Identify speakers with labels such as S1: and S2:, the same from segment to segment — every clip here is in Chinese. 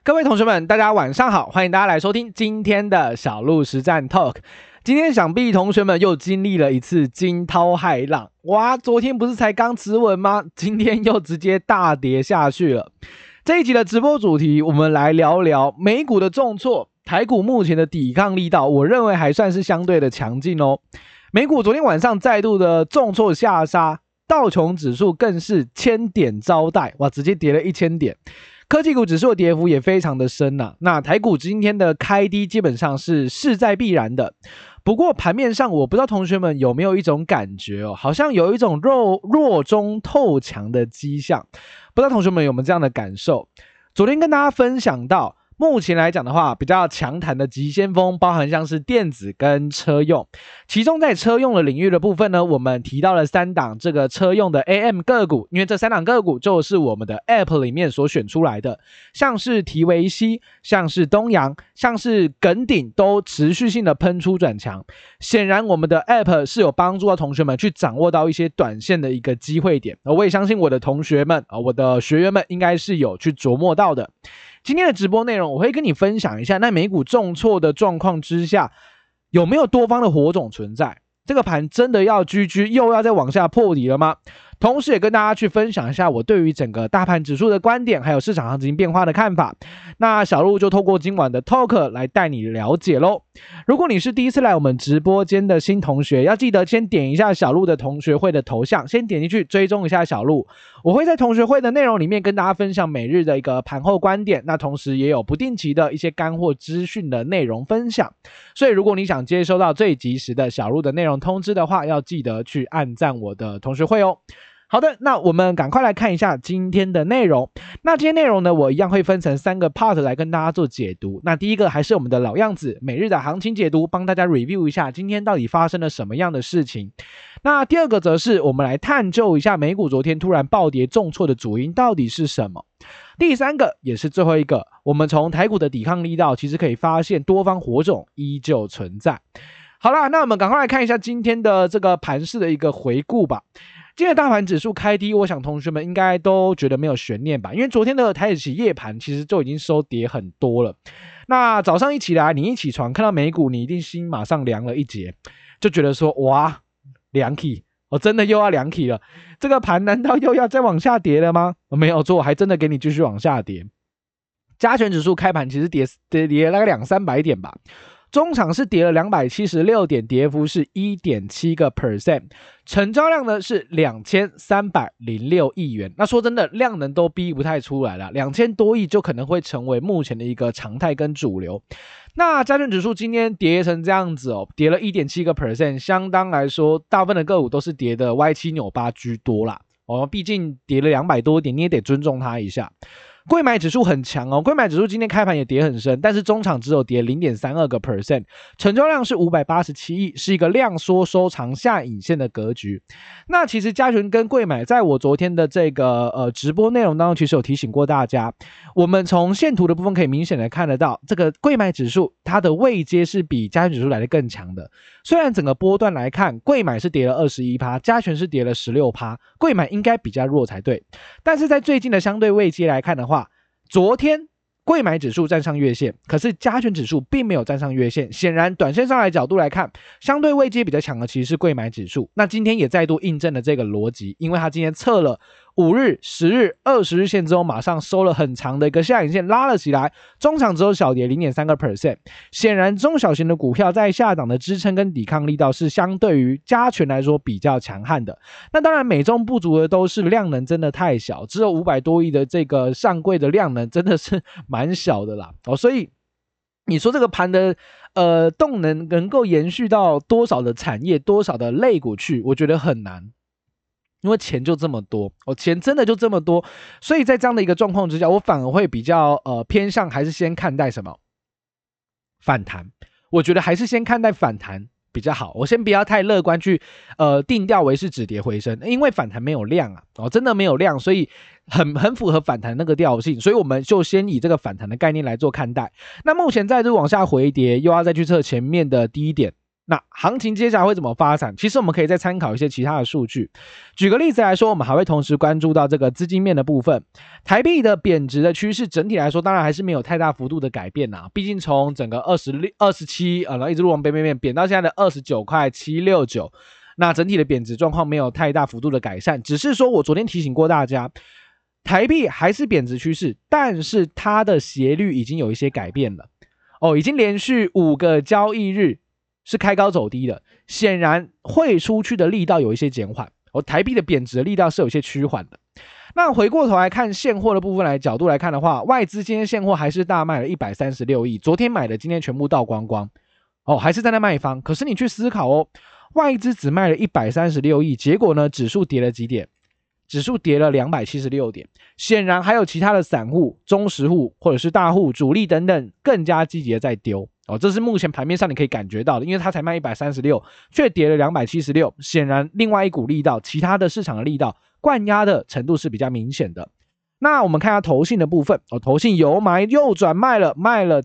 S1: 各位同学们，大家晚上好，欢迎大家来收听今天的小鹿实战 Talk。今天想必同学们又经历了一次惊涛骇浪，哇！昨天不是才刚止稳吗？今天又直接大跌下去了。这一集的直播主题，我们来聊聊美股的重挫，台股目前的抵抗力道，我认为还算是相对的强劲哦。美股昨天晚上再度的重挫下杀，道琼指数更是1000点招待，哇，直接跌了1000点。科技股指数的跌幅也非常的深啊，那台股今天的开低基本上是势在必然的。不过盘面上，我不知道同学们有没有一种感觉哦，好像有一种弱中透强的迹象，不知道同学们有没有这样的感受？昨天跟大家分享到，目前来讲的话，比较强弹的急先锋包含像是电子跟车用，其中在车用的领域的部分呢，我们提到了3档这个车用的 AM 个股，因为这3档个股就是我们的 App 里面所选出来的，像是提维西，像是东阳，像是耿鼎都持续性的喷出转强，显然我们的 App 是有帮助到同学们去掌握到一些短线的一个机会点，我也相信我的同学们我的学员们应该是有去琢磨到的。今天的直播内容，我会跟你分享一下，在美股重挫的状况之下，有没有多方的火种存在？这个盘真的要GG，又要再往下破底了吗？同时也跟大家去分享一下我对于整个大盘指数的观点，还有市场行情变化的看法。那小鹿就透过今晚的 Talk 来带你了解咯。如果你是第一次来我们直播间的新同学，要记得先点一下小鹿的同学会的头像，先点进去追踪一下小鹿。我会在同学会的内容里面跟大家分享每日的一个盘后观点，那同时也有不定期的一些干货资讯的内容分享。所以如果你想接收到最及时的小鹿的内容通知的话，要记得去按赞我的同学会哦。好的，那我们赶快来看一下今天的内容。那今天内容呢，我一样会分成3个 part 来跟大家做解读。那第一个还是我们的老样子，每日的行情解读，帮大家 review 一下今天到底发生了什么样的事情。那第二个则是我们来探究一下美股昨天突然暴跌重挫的主因到底是什么。第三个也是最后一个，我们从台股的抵抗力道其实可以发现多方火种依旧存在。好啦，那我们赶快来看一下今天的这个盘势的一个回顾吧。今天的大盘指数开低，我想同学们应该都觉得没有悬念吧，因为昨天的台指期夜盘其实就已经收跌很多了。那早上一起来，你一起床看到美股，你一定心马上凉了一截，就觉得说哇，凉起，真的又要凉起了，这个盘难道又要再往下跌了吗？没有错，还真的给你继续往下跌。加权指数开盘其实跌了大概200-300点吧。中场是跌了276点，跌幅是 1.7%， 成交量呢是2306亿元。那说真的，量能都逼不太出来了，2000多亿就可能会成为目前的一个常态跟主流。那加权指数今天跌成这样子跌了 1.7%， 相当来说大部分的个股都是跌的歪七扭八居多啦。毕竟跌了200多点，你也得尊重它一下。柜买指数很强柜买指数今天开盘也跌很深，但是中场只有跌 0.32%， 成交量是587亿，是一个量缩收长下影线的格局。那其实加权跟柜买在我昨天的这个直播内容当中其实有提醒过大家，我们从线图的部分可以明显的看得到，这个柜买指数它的位阶是比加权指数来的更强的。虽然整个波段来看，柜买是跌了 21%， 加权是跌了 16%， 柜买应该比较弱才对，但是在最近的相对位阶来看的话，昨天柜买指数站上月线，可是加权指数并没有站上月线，显然短线上来角度来看，相对位阶比较强的其实是柜买指数。那今天也再度印证了这个逻辑，因为它今天测了5日、10日、20日线之后，马上收了很长的一个下影线拉了起来，中场只有小跌 0.3%， 显然中小型的股票在下档的支撑跟抵抗力道是相对于加权来说比较强悍的。那当然美中不足的都是量能真的太小，只有500多亿的这个上柜的量能真的是蛮小的啦所以你说这个盘的动能能够延续到多少的产业多少的类股去，我觉得很难，因为钱就这么多钱真的就这么多，所以在这样的一个状况之下，我反而会比较偏向还是先看待什么反弹，我觉得还是先看待反弹比较好。我先不要太乐观去定调为是止跌回升，因为反弹没有量真的没有量，所以很符合反弹那个调性，所以我们就先以这个反弹的概念来做看待。那目前再度往下回跌，又要再去测前面的低点， 那行情接下来会怎么发展？其实我们可以再参考一些其他的数据。举个例子来说，我们还会同时关注到这个资金面的部分。台币的贬值的趋势整体来说，当然还是没有太大幅度的改变啦。毕竟从整个27然后一直往北贬到现在的29.769，那整体的贬值状况没有太大幅度的改善，只是说我昨天提醒过大家，台币还是贬值趋势，但是它的斜率已经有一些改变了。已经连续5个交易日是开高走低的，显然汇出去的力道有一些减缓，台币的贬值的力道是有一些趋缓的。那回过头来看现货的部分角度来看的话，外资今天现货还是大卖了136亿，昨天买的今天全部倒光光，还是在那卖方。可是你去思考外资只卖了136亿，结果呢，指数跌了几点？指数跌了276点，显然还有其他的散户、中实户或者是大户、主力等等更加积极的在丢这是目前盘面上你可以感觉到的，因为它才卖136，却跌了276，显然另外一股力道，其他的市场的力道灌压的程度是比较明显的。那我们看一下投信的部分投信由买又转卖了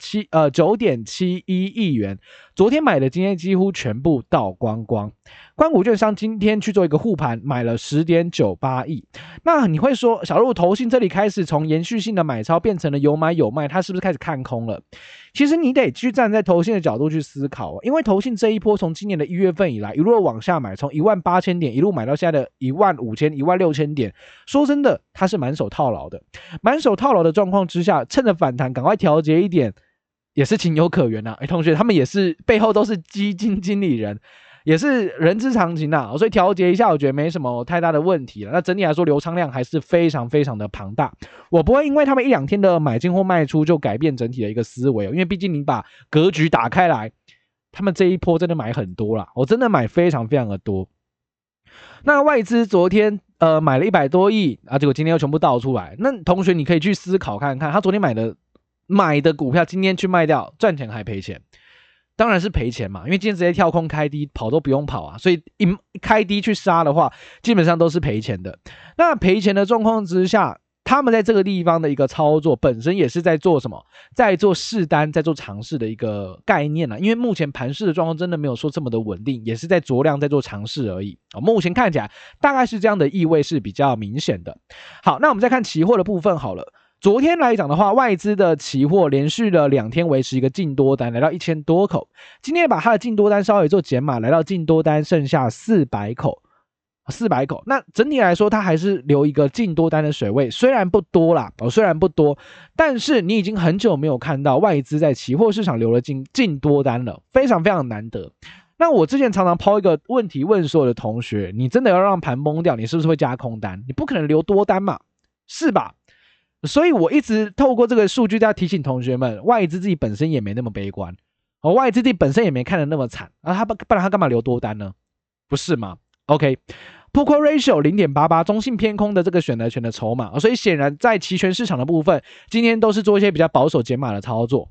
S1: 9.71亿元，昨天买的今天几乎全部倒光光。官股券商今天去做一个护盘，买了10.98亿。那你会说，小鹿投信这里开始从延续性的买超变成了有买有卖，它是不是开始看空了？其实你得去站在投信的角度去思考因为投信这一波从今年的1月份以来一路往下买，从18000点一路买到现在的15000、16000点，说真的，它是满手套牢的。满手套牢的状况之下，趁着反弹赶快调节一点，也是情有可原同学，他们也是背后都是基金经理人，也是人之常情所以调节一下我觉得没什么太大的问题了。那整体来说流仓量还是非常非常的庞大，我不会因为他们1-2天的买进或卖出就改变整体的一个思维因为毕竟你把格局打开来，他们这一波真的买很多啦，我真的买非常非常的多。那外资昨天买了100多亿结果今天又全部倒出来，那同学你可以去思考看看，他昨天买的股票今天去卖掉，赚钱还赔钱？当然是赔钱嘛，因为今天直接跳空开低，跑都不用跑所以一开低去杀的话，基本上都是赔钱的。那赔钱的状况之下，他们在这个地方的一个操作本身也是在做什么？在做试单，在做尝试的一个概念因为目前盘势的状况真的没有说这么的稳定，也是在酌量在做尝试而已目前看起来大概是这样的意味是比较明显的。好，那我们再看期货的部分好了。昨天来讲的话，外资的期货连续了2天维持一个净多单，来到1000多口。今天把它的净多单稍微做减码，来到净多单剩下400口。那整体来说，它还是留一个净多单的水位，虽然不多啦虽然不多，但是你已经很久没有看到外资在期货市场留了净多单了，非常非常难得。那我之前常常抛一个问题问所有的同学，你真的要让盘崩掉，你是不是会加空单？你不可能留多单嘛，是吧？所以我一直透过这个数据在提醒同学们，外资自己本身也没那么悲观外资自己本身也没看得那么惨不然他干嘛留多单呢？不是吗 ？OK， Put Call Ratio 0.88， 中性偏空的这个选择权的筹码所以显然在期权市场的部分，今天都是做一些比较保守减码的操作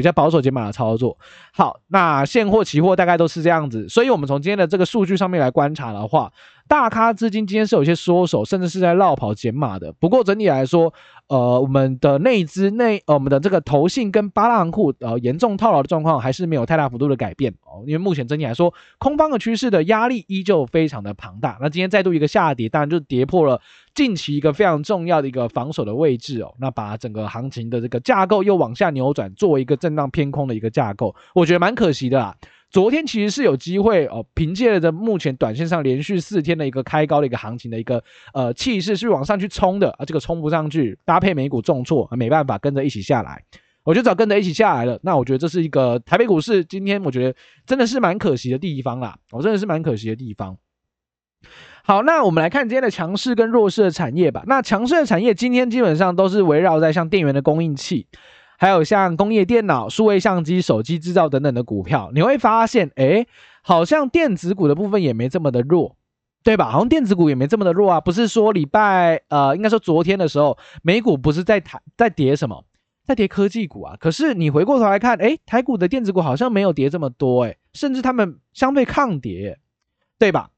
S1: 好，那现货期货大概都是这样子，所以我们从今天的这个数据上面来观察的话，大咖资金今天是有一些缩手，甚至是在绕跑减码的。不过整体来说，我们的内资我们的这个投信跟八大行库严重套牢的状况还是没有太大幅度的改变因为目前整体来说，空方的趋势的压力依旧非常的庞大。那今天再度一个下跌，当然就跌破了近期一个非常重要的一个防守的位置那把整个行情的这个架构又往下扭转，作为一个震荡偏空的一个架构，我觉得蛮可惜的啦。昨天其实是有机会凭借着目前短线上连续4天的一个开高的一个行情的一个气势是往上去冲的这个冲不上去，搭配美股重挫没办法跟着一起下来，我就找跟着一起下来了。那我觉得这是一个台北股市今天我觉得真的是蛮可惜的地方啦真的是蛮可惜的地方。好，那我们来看今天的强势跟弱势的产业吧。那强势的产业今天基本上都是围绕在像电源的供应器，还有像工业电脑、数位相机、手机制造等等的股票，你会发现好像电子股的部分也没这么的弱，对吧？好像电子股也没这么的弱不是说应该说昨天的时候，美股不是在跌什么？在跌科技股可是你回过头来看台股的电子股好像没有跌这么多甚至他们相对抗跌对吧？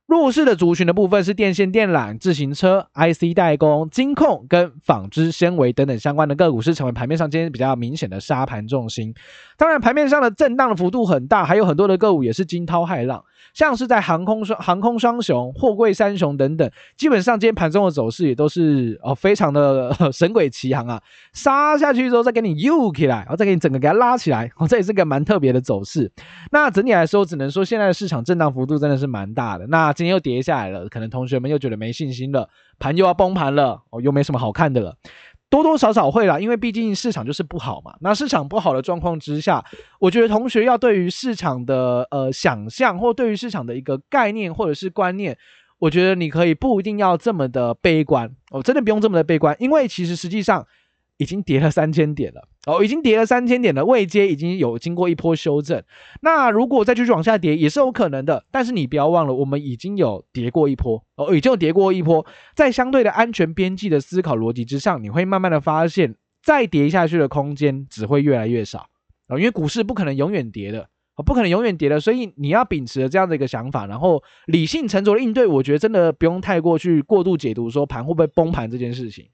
S1: 弱势的族群的部分是电线电缆、自行车、IC 代工、金控跟纺织纤维等等相关的个股是成为盘面上今天比较明显的杀盘重心。当然，盘面上的震荡的幅度很大，还有很多的个股也是惊涛骇浪，像是在航空双雄、货柜三雄等等，基本上今天盘中的走势也都是非常的神鬼奇航啊，杀下去之后再给你又起来，然后再给你整个给它拉起来，这也是个蛮特别的走势。那整体来说，只能说现在的市场震荡幅度真的是蛮大的。那今天又跌下来了，可能同学们又觉得没信心了，盘又要崩盘了，又没什么好看的了。多多少少会啦，因为毕竟市场就是不好嘛。那市场不好的状况之下，我觉得同学要对于市场的想象，或对于市场的一个概念或者是观念，我觉得你可以不一定要这么的悲观，真的不用这么的悲观，因为其实实际上已经跌了3000点了，已经跌了3000点了，位阶已经有经过一波修正。那如果再继续往下跌也是有可能的，但是你不要忘了，我们已经有跌过一波，已经有跌过一波，在相对的安全边际的思考逻辑之上，你会慢慢的发现，再跌下去的空间只会越来越少，因为股市不可能永远跌的。不可能永远跌的，所以你要秉持这样的一个想法，然后理性沉着的应对。我觉得真的不用太过去过度解读说盘会不会崩盘这件事情。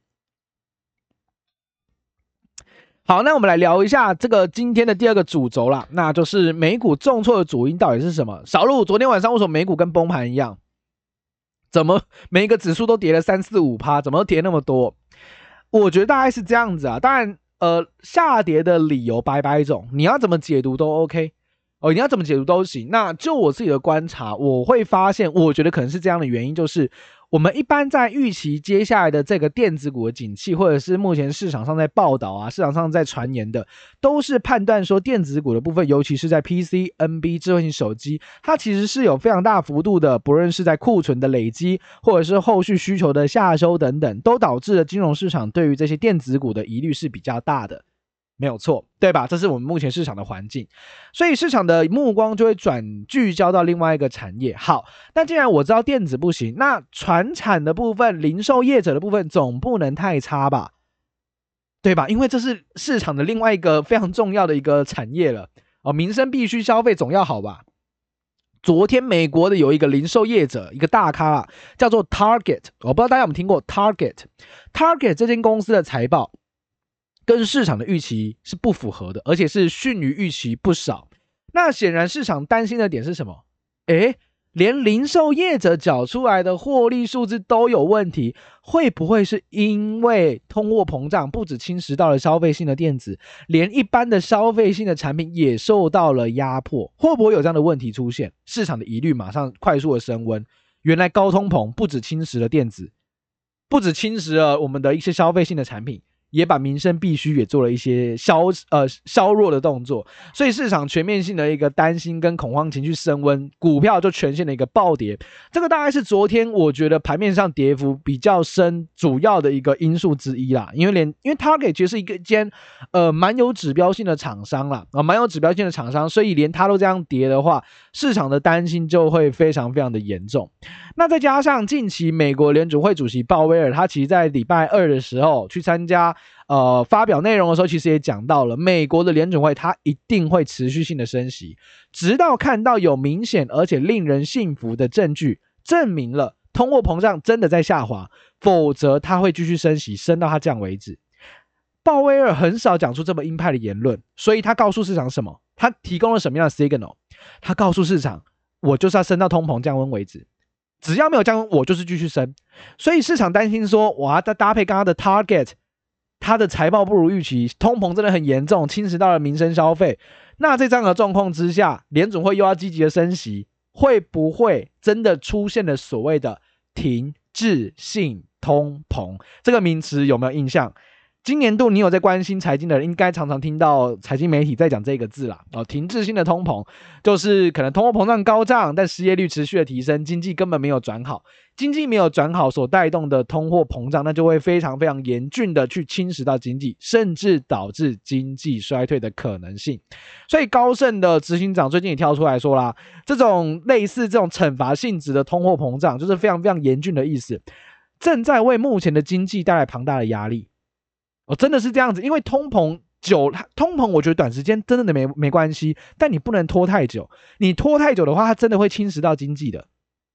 S1: 好，那我们来聊一下这个今天的第二个主轴啦，那就是美股重挫的主因到底是什么？小路，昨天晚上为什么美股跟崩盘一样？怎么每一个指数都跌了3、4、5%？怎么都跌那么多？我觉得大概是这样子啊。当然，下跌的理由百百种，你要怎么解读都 OK。你要怎么解读都行。那就我自己的观察，我会发现，我觉得可能是这样的原因，就是我们一般在预期接下来的这个电子股的景气，或者是目前市场上在报道啊，市场上在传言的，都是判断说电子股的部分，尤其是在 PC、NB 智慧型手机，它其实是有非常大幅度的，不论是在库存的累积，或者是后续需求的下修等等，都导致了金融市场对于这些电子股的疑虑是比较大的。没有错，对吧？这是我们目前市场的环境，所以市场的目光就会聚焦到另外一个产业。好，那既然我知道电子不行，那传产的部分、零售业者的部分总不能太差吧？对吧？因为这是市场的另外一个非常重要的一个产业了。民生必须消费总要好吧？昨天美国的有一个零售业者，一个大咖啊，叫做 Target， 我不知道大家有没有听过 Target 这间公司的财报跟市场的预期是不符合的，而且是逊于预期不少。那显然市场担心的点是什么？连零售业者缴出来的获利数字都有问题，会不会是因为通货膨胀不只侵蚀到了消费性的电子，连一般的消费性的产品也受到了压迫？会不会有这样的问题出现？市场的疑虑马上快速的升温。原来高通膨不只侵蚀了电子，不只侵蚀了我们的一些消费性的产品，也把民生必须也做了一些削弱的动作，所以市场全面性的一个担心跟恐慌情绪升温，股票就全线的一个暴跌。这个大概是昨天我觉得盘面上跌幅比较深主要的一个因素之一啦。因为 Target 其实是一间蛮有指标性的厂商啦，蛮有指标性的厂商，所以连它都这样跌的话，市场的担心就会非常非常的严重。那再加上近期美国联准会主席鲍威尔，他其实在礼拜二的时候去参加发表内容的时候，其实也讲到了美国的联准会它一定会持续性的升息，直到看到有明显而且令人信服的证据证明了通货膨胀真的在下滑，否则它会继续升息，升到它降为止。鲍威尔很少讲出这么鹰派的言论，所以他告诉市场什么？他提供了什么样的 signal？ 他告诉市场，我就是要升到通膨降温为止，只要没有降温，我就是继续升。所以市场担心说，哇，再搭配刚刚的 Target，它的财报不如预期，通膨真的很严重，侵蚀到了民生消费。那在这样的状况之下，联准会又要积极的升息，会不会真的出现了所谓的停滞性通膨？这个名词有没有印象？今年度你有在关心财经的人，应该常常听到财经媒体在讲这个字啦。停滞性的通膨就是可能通货膨胀高涨，但失业率持续的提升，经济根本没有转好。经济没有转好所带动的通货膨胀，那就会非常非常严峻的去侵蚀到经济，甚至导致经济衰退的可能性。所以高盛的执行长最近也跳出来说啦，这种类似这种惩罚性质的通货膨胀，就是非常非常严峻的意思，正在为目前的经济带来庞大的压力。真的是这样子，因为通膨我觉得短时间真的没关系，但你不能拖太久，你拖太久的话，它真的会侵蚀到经济的。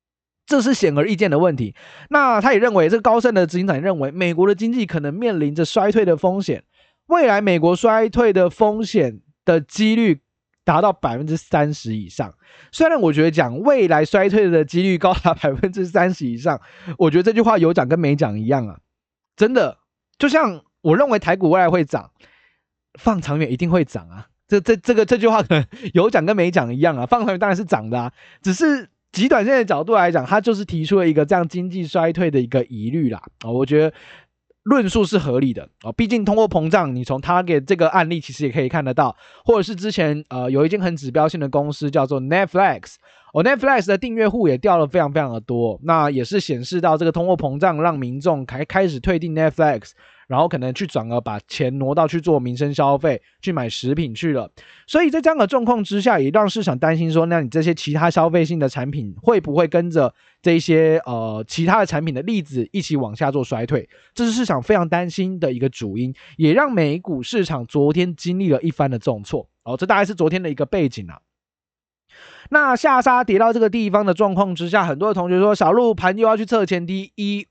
S1: 这是显而易见的问题。那他也认为，这个高盛的执行长也认为，美国的经济可能面临着衰退的风险，未来美国衰退的风险的几率达到30%以上。虽然我觉得讲未来衰退的几率高达30%以上，我觉得这句话有讲跟没讲一样啊，真的，就像我认为台股未来会涨，放长远一定会涨啊。这句话可能有讲跟没讲一样啊，放长远当然是涨的啊，只是极短线的角度来讲，他就是提出了一个这样经济衰退的一个疑虑啦。我觉得论述是合理的哦，毕竟通货膨胀，你从 Target 这个案例其实也可以看得到，或者是之前有一间很指标性的公司叫做 Netflix。Netflix 的订阅户也掉了非常非常的多，那也是显示到这个通货膨胀让民众开始退订 Netflix， 然后可能去转而把钱挪到去做民生消费，去买食品去了。所以在这样的状况之下，也让市场担心说，那你这些其他消费性的产品会不会跟着这些其他的产品的例子一起往下做衰退？这是市场非常担心的一个主因，也让美股市场昨天经历了一番的重挫。这大概是昨天的一个背景啊。那下杀跌到这个地方的状况之下，很多的同学说小路盘又要去测前低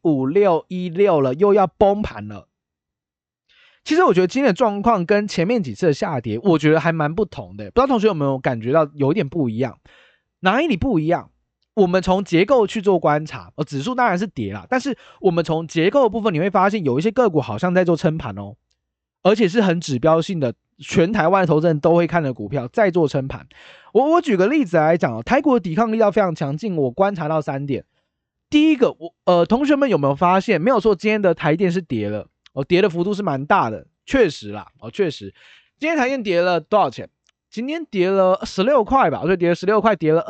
S1: 15616了，又要崩盘了。其实我觉得今天的状况跟前面几次的下跌，我觉得还蛮不同的。不知道同学有没有感觉到有一点不一样？哪里不一样？我们从结构去做观察，指数当然是跌啦，但是我们从结构的部分你会发现，有一些个股好像在做撑盘哦，而且是很指标性的，全台湾的投资人都会看的股票在做撑盘。我举个例子来讲，台股的抵抗力道非常强劲，我观察到3点。第一个，同学们有没有发现？没有错，今天的台电是跌了，跌的幅度是蛮大的，确实啦，确实，今天台电跌了多少钱？今天跌了16块吧，所以跌了16块，跌了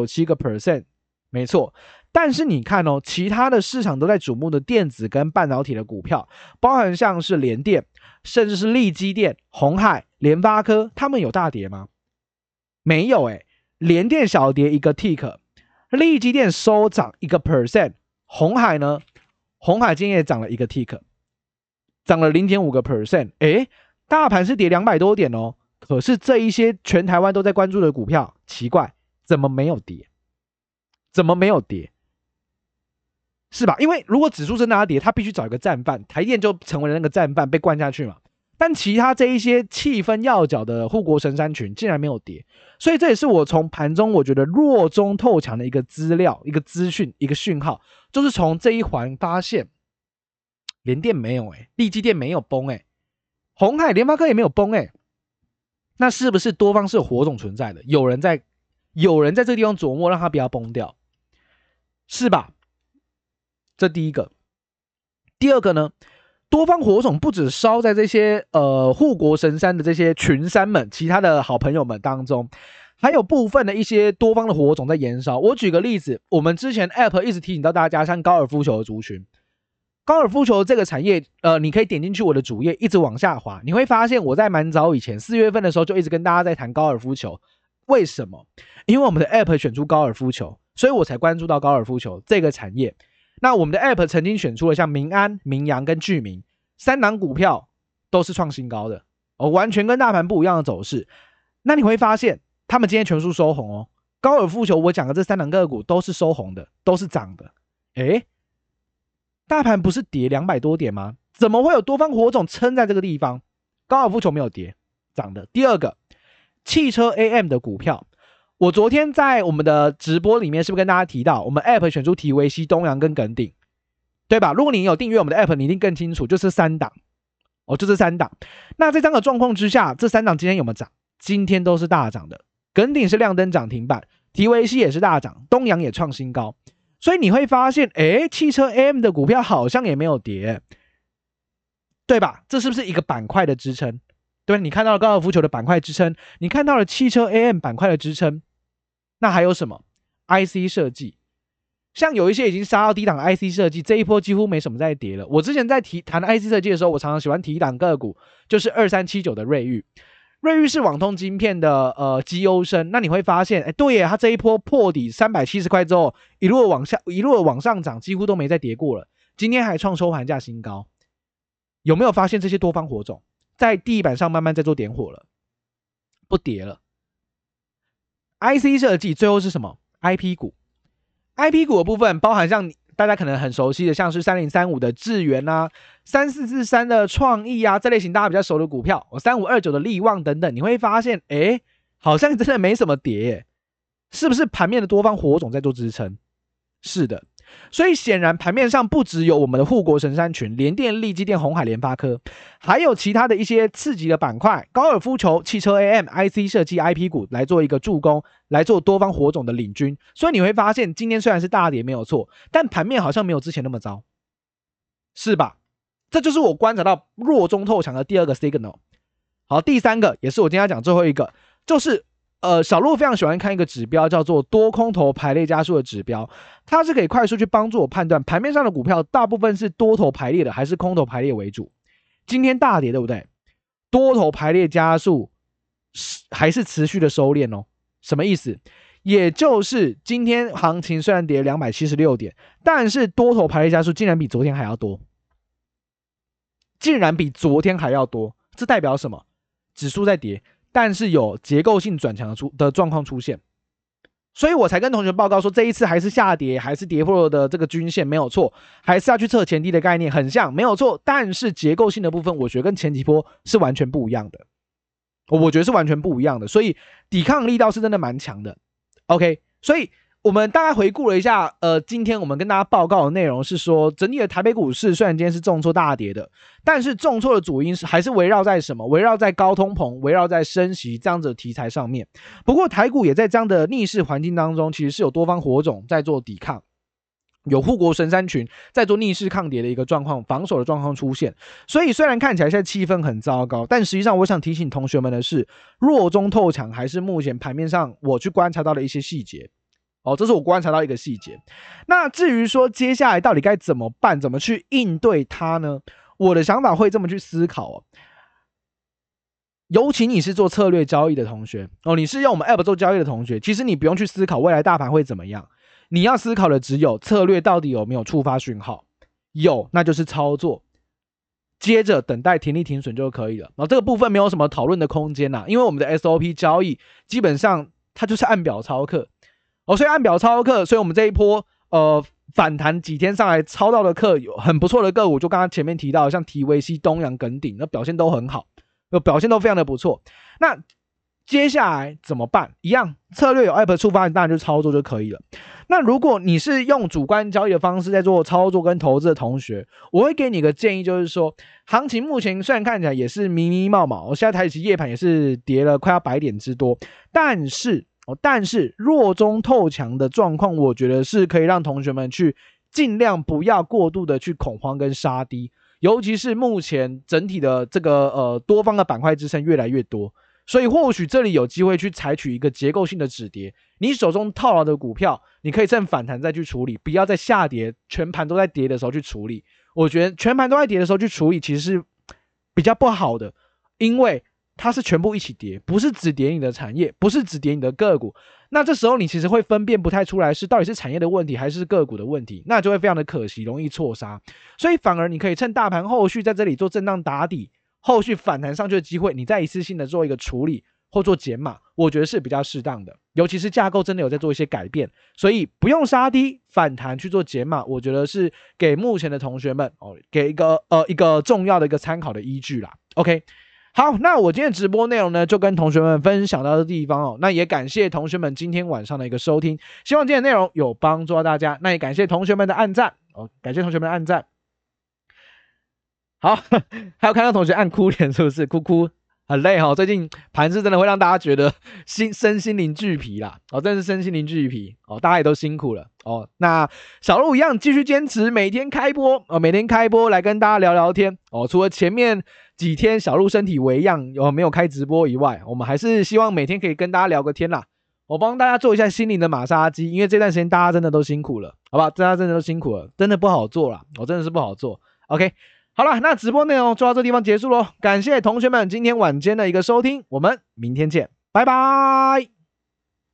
S1: 2.97%，没错。但是你看哦，其他的市场都在瞩目的电子跟半导体的股票，包含像是联电，甚至是力积电、鸿海、联发科，他们有大跌吗？没有联电小跌1个 tick， 力积电收涨1%，鸿海呢？鸿海今天也涨了1个 tick， 涨了 0.5%。大盘是跌200多点哦，可是这一些全台湾都在关注的股票，奇怪，怎么没有跌？怎么没有跌？是吧？因为如果指数真的要跌，它必须找一个战犯，台电就成为了那个战犯，被灌下去嘛。但其他这一些气氛要角的护国神山群竟然没有跌，所以这也是我从盘中我觉得弱中透强的一个资料、一个资讯、一个讯号，就是从这一环发现，联电没有力积电没有崩鸿海、联发科也没有崩那是不是多方是有火种存在的？有人在这个地方琢磨，让它不要崩掉，是吧？这第一个。第二个呢？多方火种不只烧在这些护国神山的这些群山们，其他的好朋友们当中，还有部分的一些多方的火种在燃烧。我举个例子，我们之前 App 一直提醒到大家，像高尔夫球的族群，高尔夫球这个产业，你可以点进去我的主页，一直往下滑，你会发现我在蛮早以前4月份的时候就一直跟大家在谈高尔夫球。为什么？因为我们的 App 选出高尔夫球，所以我才关注到高尔夫球这个产业。那我们的 App 曾经选出了像民安、民扬跟聚民3档股票都是创新高的完全跟大盘不一样的走势。那你会发现他们今天全数收红哦。高尔夫球我讲的这3档个股都是收红的，都是涨的。大盘不是跌200多点吗？怎么会有多方火种撑在这个地方？高尔夫球没有跌，涨的。第二个，汽车 AM 的股票，我昨天在我们的直播里面是不是跟大家提到，我们 App 选出提维西、东阳跟耿鼎，对吧？如果你有订阅我们的 App， 你一定更清楚，就是3档就是3档。那在这样的状况之下，这3档今天有没有涨？今天都是大涨的。耿鼎是亮灯涨停板，提维西也是大涨，东阳也创新高。所以你会发现，汽车 AM 的股票好像也没有跌，对吧？这是不是一个板块的支撑？对，你看到了高尔夫球的板块支撑，你看到了汽车 AM 板块的支撑，那还有什么 ？IC 设计，像有一些已经杀到低档 IC 设计，这一波几乎没什么在跌了。我之前在谈 IC 设计的时候，我常常喜欢提一档个股，就是2379的瑞昱。瑞昱是网通晶片的绩优生，那你会发现，对耶，它这一波破底370块之后，一路往上涨，几乎都没再跌过了。今天还创收盘价新高，有没有发现这些多方火种在地板上慢慢在做点火了？不跌了。IC 设计最后是什么 ？IP 股 IP 股的部分包含像大家可能很熟悉的，像是3035的智原啊，3443的创意啊，这类型大家比较熟的股票，3529的力旺等等，你会发现，好像真的没什么跌耶，是不是盘面的多方火种在做支撑？是的，所以显然盘面上不只有我们的护国神山群、联电、力积电、鸿海、联发科，还有其他的一些刺激的板块，高尔夫球、汽车 AM、IC 设计、IP 股来做一个助攻，来做多方火种的领军。所以你会发现，今天虽然是大跌没有错，但盘面好像没有之前那么糟，是吧？这就是我观察到弱中透强的第二个 signal。好，第三个也是我今天要讲最后一个，就是小鹿非常喜欢看一个指标，叫做多空头排列加速的指标，它是可以快速去帮助我判断盘面上的股票大部分是多头排列的还是空头排列为主。今天大跌对不对？多头排列加速还是持续的收敛哦。什么意思？也就是今天行情虽然跌276点，但是多头排列加速竟然比昨天还要多，这代表什么？指数在跌，但是有结构性转强的状况出现，所以我才跟同学报告说，这一次还是下跌，还是跌破的这个均线没有错，还是要去测前低的概念，很像没有错，但是结构性的部分，我觉得跟前几波是完全不一样的，我觉得是完全不一样的，所以抵抗力道是真的蛮强的。OK， 所以我们大概回顾了一下，今天我们跟大家报告的内容是说，整体的台北股市虽然今天是重挫大跌的，但是重挫的主因还是围绕在什么？围绕在高通膨、围绕在升息这样子的题材上面。不过台股也在这样的逆势环境当中，其实是有多方火种在做抵抗，有护国神山群在做逆势抗跌的一个状况，防守的状况出现。所以虽然看起来现在气氛很糟糕，但实际上我想提醒同学们的是，弱中透强还是目前盘面上我去观察到的一些细节。这是我观察到一个细节。那至于说接下来到底该怎么办，怎么去应对它呢？我的想法会这么去思考尤其你是做策略交易的同学你是用我们 App 做交易的同学，其实你不用去思考未来大盘会怎么样，你要思考的只有策略到底有没有触发讯号，有那就是操作，接着等待停利停损就可以了。这个部分没有什么讨论的空间因为我们的 SOP 交易基本上它就是按表操课所以按表操课，所以我们这一波反弹几天上来抄到的课有很不错的个股，就刚刚前面提到像提维西、东阳、耿鼎，那表现都很好，表现都非常的不错。那接下来怎么办？一样策略有 App 触发，当然就操作就可以了。那如果你是用主观交易的方式在做操作跟投资的同学，我会给你一个建议，就是说行情目前虽然看起来也是迷迷冒冒，现在台指期夜盘也是跌了快要100点之多，但是弱中透强的状况，我觉得是可以让同学们去尽量不要过度的去恐慌跟杀低，尤其是目前整体的这个多方的板块支撑越来越多，所以或许这里有机会去采取一个结构性的止跌，你手中套牢的股票，你可以趁反弹再去处理，不要在下跌全盘都在跌的时候去处理。我觉得全盘都在跌的时候去处理其实是比较不好的，因为它是全部一起跌，不是只跌你的产业，不是只跌你的个股，那这时候你其实会分辨不太出来是到底是产业的问题还是个股的问题，那就会非常的可惜，容易错杀。所以反而你可以趁大盘后续在这里做震荡打底，后续反弹上去的机会，你再一次性的做一个处理或做减码，我觉得是比较适当的，尤其是架构真的有在做一些改变，所以不用杀低反弹去做减码，我觉得是给目前的同学们给一个重要的一个参考的依据啦。OK，好，那我今天的直播内容呢，就跟同学们分享到的地方那也感谢同学们今天晚上的一个收听，希望今天的内容有帮助到大家，那也感谢同学们的按赞感谢同学们的按赞。好，还有看到同学按哭脸是不是？哭很累最近盘势真的会让大家觉得身心灵俱疲啦真的是身心灵俱疲大家也都辛苦了那小鹿一样继续坚持每天开播来跟大家聊聊天除了前面几天小鹿身体为恙没有开直播以外，我们还是希望每天可以跟大家聊个天啦。我帮大家做一下心灵的马杀鸡，因为这段时间大家真的都辛苦了，好不好？大家真的都辛苦了，真的不好做啦真的是不好做。OK， 好了，那直播内容就到这地方结束咯，感谢同学们今天晚间的一个收听，我们明天见，拜拜。